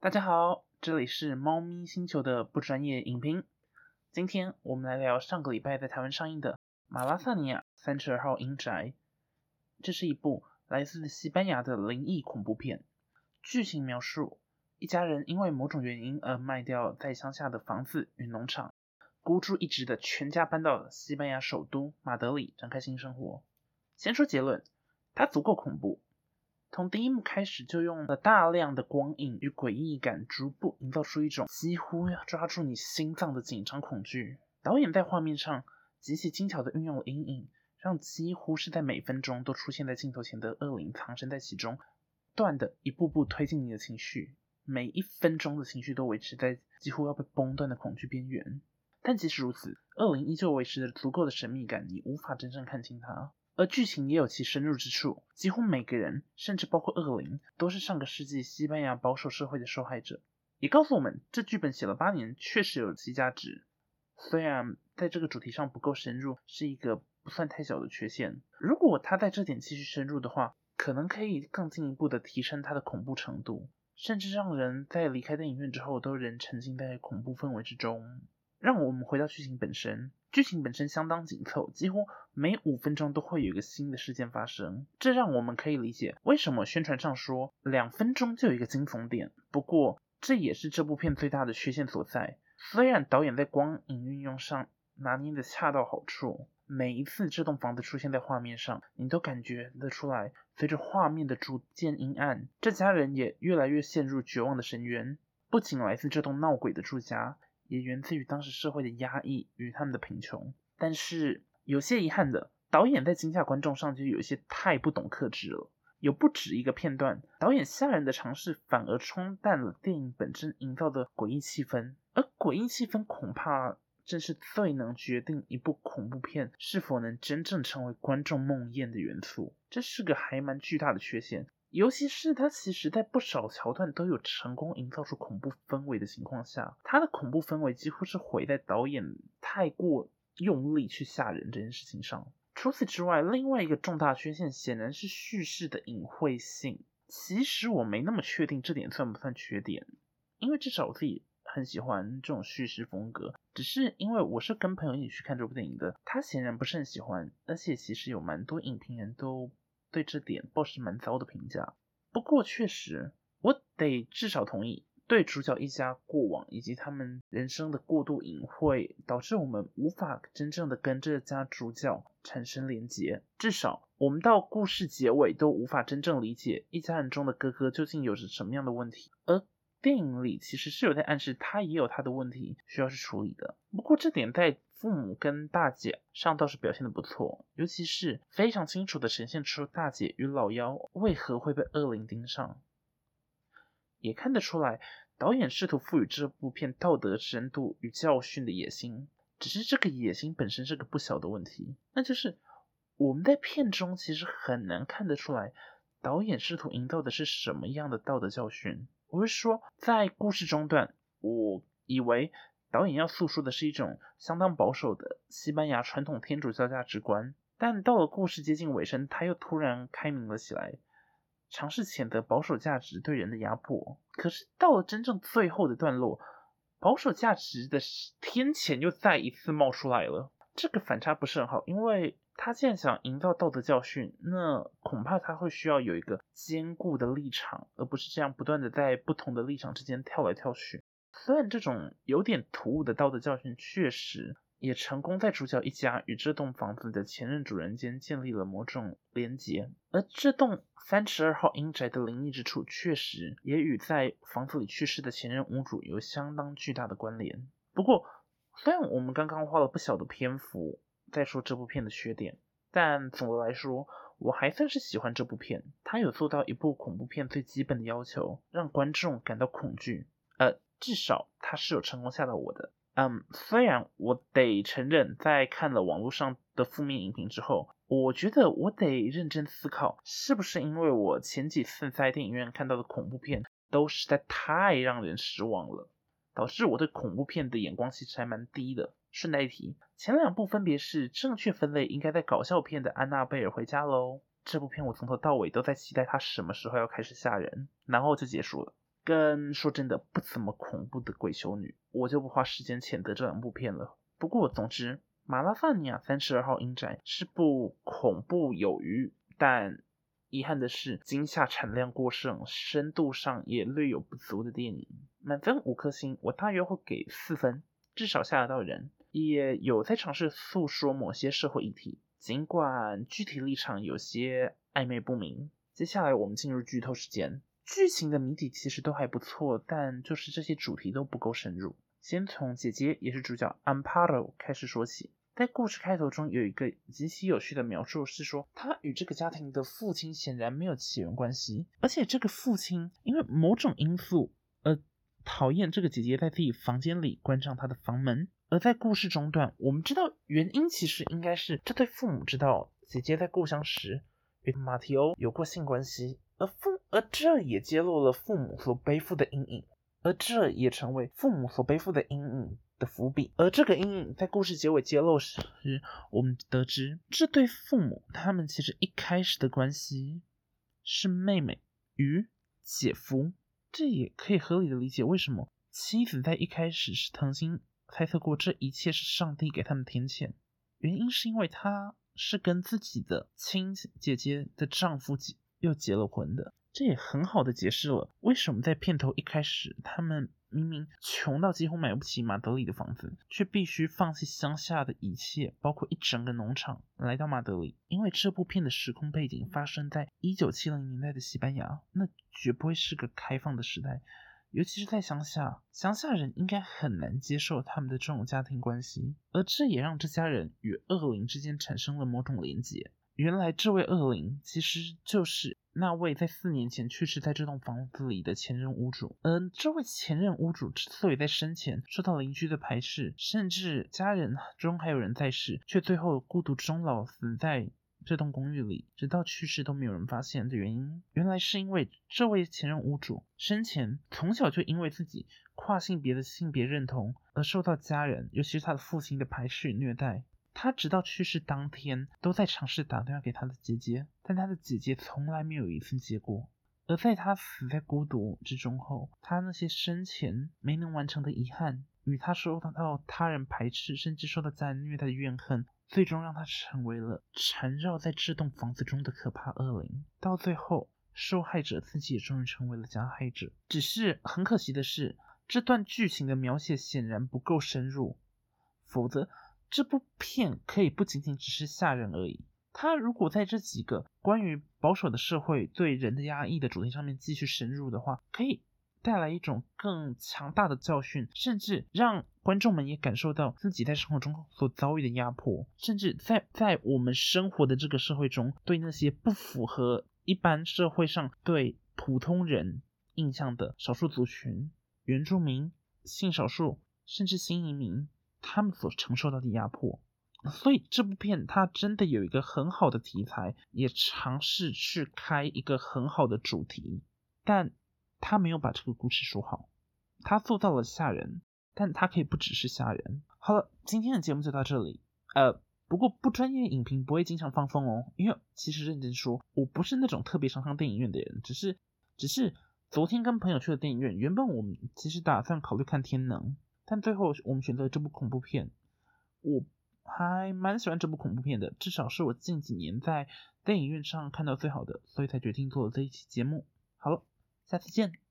大家好，这里是猫咪星球的不专业影评。今天我们来聊上个礼拜在台湾上映的《马拉萨尼亚32号阴宅》。这是一部来自西班牙的灵异恐怖片。剧情描述一家人因为某种原因而卖掉在乡下的房子与农场，孤注一掷的全家搬到西班牙首都马德里展开新生活。先说结论，它足够恐怖。从第一幕开始就用了大量的光影与诡异感，逐步营造出一种几乎要抓住你心脏的紧张恐惧。导演在画面上极其精巧地运用了阴影，让几乎是在每分钟都出现在镜头前的恶灵藏身在其中，不断的一步步推进你的情绪，每一分钟的情绪都维持在几乎要被崩断的恐惧边缘。但即使如此，恶灵依旧维持着足够的神秘感，你无法真正看清它。而剧情也有其深入之处，几乎每个人，甚至包括恶灵，都是上个世纪西班牙保守社会的受害者，也告诉我们这剧本写了8年确实有其价值。虽然在这个主题上不够深入，是一个不算太小的缺陷，如果他在这点继续深入的话，可能可以更进一步的提升它的恐怖程度，甚至让人在离开电影院之后都仍沉浸在恐怖氛围之中。让我们回到剧情本身，剧情本身相当紧凑，几乎每5分钟都会有一个新的事件发生，这让我们可以理解为什么宣传上说2分钟就有一个惊悚点。不过这也是这部片最大的缺陷所在，虽然导演在光影运用上拿捏的恰到好处，每一次这栋房子出现在画面上，你都感觉得出来，随着画面的逐渐阴暗，这家人也越来越陷入绝望的深渊，不仅来自这栋闹鬼的住家，也源自于当时社会的压抑与他们的贫穷。但是有些遗憾的，导演在惊吓观众上就有些太不懂克制了。有不止一个片段，导演吓人的尝试反而冲淡了电影本身营造的诡异气氛，而诡异气氛恐怕正是最能决定一部恐怖片是否能真正成为观众梦魇的元素。这是个还蛮巨大的缺陷，尤其是它其实在不少桥段都有成功营造出恐怖氛围的情况下，它的恐怖氛围几乎是毁在导演太过用力去吓人这件事情上。除此之外，另外一个重大缺陷显然是叙事的隐晦性。其实我没那么确定这点算不算缺点，因为至少我自己很喜欢这种叙事风格，只是因为我是跟朋友一起去看这部电影的，他显然不是很喜欢，而且其实有蛮多影评人都对这点抱持蛮糟的评价。不过确实，我得至少同意，对主角一家过往以及他们人生的过度隐晦，导致我们无法真正的跟这家主角产生连结。至少我们到故事结尾都无法真正理解一家人中的哥哥究竟有着什么样的问题，而电影里其实是有在暗示他也有他的问题需要去处理的。不过这点在父母跟大姐上倒是表现得不错，尤其是非常清楚的呈现出大姐与老幺为何会被恶灵盯上，也看得出来导演试图赋予这部片道德深度与教训的野心。只是这个野心本身是个不小的问题，那就是我们在片中其实很难看得出来导演试图营造的是什么样的道德教训。我是说，在故事中段，我以为导演要诉说的是一种相当保守的西班牙传统天主教价值观，但到了故事接近尾声，他又突然开明了起来，尝试谴责保守价值对人的压迫。可是到了真正最后的段落，保守价值的天谴又再一次冒出来了。这个反差不是很好，因为他既然想营造道德教训，那恐怕他会需要有一个坚固的立场，而不是这样不断的在不同的立场之间跳来跳去。虽然这种有点突兀的道德教训确实也成功在主角一家与这栋房子的前任主人间建立了某种连结，而这栋32号阴宅的灵异之处确实也与在房子里去世的前任屋主有相当巨大的关联。不过虽然我们刚刚花了不小的篇幅在说这部片的缺点，但总的来说我还算是喜欢这部片，它有做到一部恐怖片最基本的要求，让观众感到恐惧，至少它是有成功吓到我的。虽然我得承认，在看了网络上的负面影评之后，我觉得我得认真思考，是不是因为我前几次在电影院看到的恐怖片都实在太让人失望了，导致我对恐怖片的眼光其实还蛮低的。顺带一提，前2部分别是正确分类应该在搞笑片的《安娜贝尔回家》咯，这部片我从头到尾都在期待它什么时候要开始吓人，然后就结束了。 跟说真的不怎么恐怖的鬼修女，我就不花时间谴责这两部片了。不过总之，马拉萨尼亚32号阴宅是部恐怖有余，但遗憾的是惊吓产量过剩，深度上也略有不足的电影。满分5颗星，我大约会给4分，至少吓得到人，也有在尝试诉说某些社会议题，尽管具体立场有些暧昧不明。接下来我们进入剧透时间。剧情的谜底其实都还不错，但就是这些主题都不够深入。先从姐姐也是主角 Amparo 开始说起。在故事开头中有一个极其有趣的描述，是说他与这个家庭的父亲显然没有血缘关系，而且这个父亲因为某种因素而讨厌这个姐姐在自己房间里关上她的房门。而在故事中段，我们知道原因其实应该是这对父母知道姐姐在故乡时与马提欧有过性关系，而这也揭露了父母所背负的阴影，而这也成为父母所背负的阴影的伏笔。而这个阴影在故事结尾揭露时，我们得知这对父母他们其实一开始的关系是妹妹与姐夫。这也可以合理的理解为什么妻子在一开始是曾经猜测过这一切是上帝给他们添钱，原因是因为她是跟自己的亲姐姐的丈夫又结了婚的。这也很好的解释了为什么在片头一开始他们明明穷到几乎买不起马德里的房子，却必须放弃乡下的一切，包括一整个农场来到马德里。因为这部片的时空背景发生在1970年代的西班牙，那绝不会是个开放的时代，尤其是在乡下，乡下人应该很难接受他们的这种家庭关系，而这也让这家人与恶灵之间产生了某种连结。原来这位恶灵其实就是那位在4年前去世在这栋房子里的前任屋主，而这位前任屋主之所以在生前受到邻居的排斥，甚至家人中还有人在世，却最后孤独终老死在这栋公寓里，直到去世都没有人发现的原因，原来是因为这位前任屋主生前从小就因为自己跨性别的性别认同而受到家人，尤其是他的父亲的排斥与虐待。他直到去世当天都在尝试打电话给他的姐姐，但他的姐姐从来没有一次接过。而在他死在孤独之中后，他那些生前没能完成的遗憾，与他受到他人排斥甚至受到家人虐待的怨恨，最终让他成为了缠绕在这栋房子中的可怕恶灵。到最后，受害者自己也终于成为了加害者。只是很可惜的是，这段剧情的描写显然不够深入，否则这部片可以不仅仅只是吓人而已。他如果在这几个关于保守的社会对人的压抑的主题上面继续深入的话，可以带来一种更强大的教训，甚至让观众们也感受到自己在生活中所遭遇的压迫，甚至在我们生活的这个社会中，对那些不符合一般社会上对普通人印象的少数族群、原住民、性少数，甚至新移民，他们所承受到的压迫。所以这部片它真的有一个很好的题材，也尝试去开一个很好的主题，但他没有把这个故事说好。他做到了吓人，但他可以不只是吓人。好了，今天的节目就到这里。不过不专业影评不会经常放风哦，因为其实认真说，我不是那种特别常上电影院的人，只是昨天跟朋友去了电影院，原本我们其实打算考虑看天能，但最后我们选择了这部恐怖片。我还蛮喜欢这部恐怖片的，至少是我近几年在电影院上看到最好的，所以才决定做这一期节目。好了，下次见。